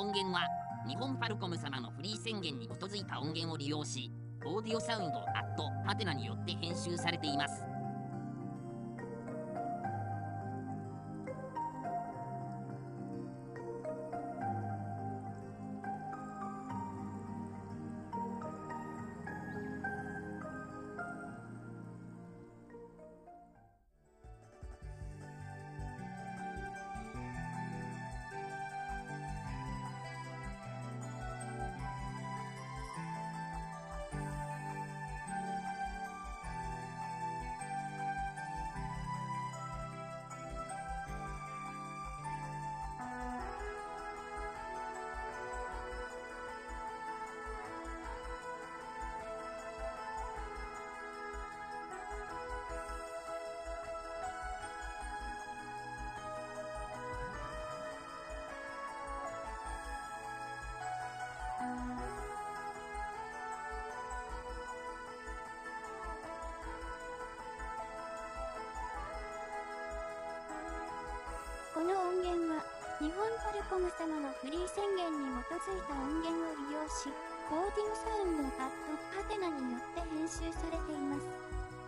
音源は日本ファルコム様のフリー宣言に基づいた音源を利用し、オーディオサウンドハテナによって編集されています。 この音源は、日本ファルコム様のフリー宣言に基づいた音源を利用し、オーディオサウンドハテナによって編集されています。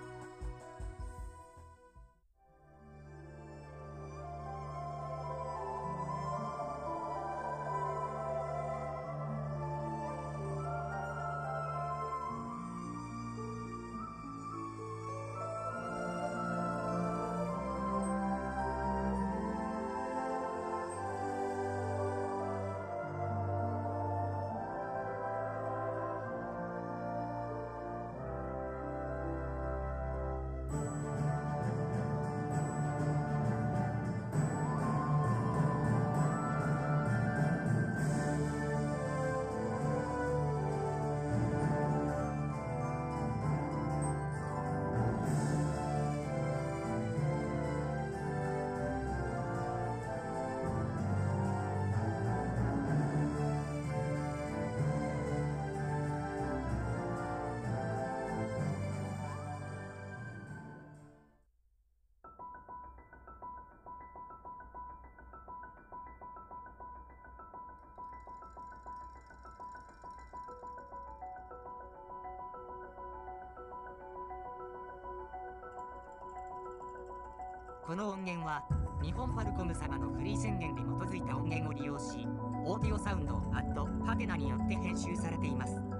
この音源は日本ファルコム様のフリー宣言に基づいた音源を利用し、オーディオサウンドハテナによって編集されています。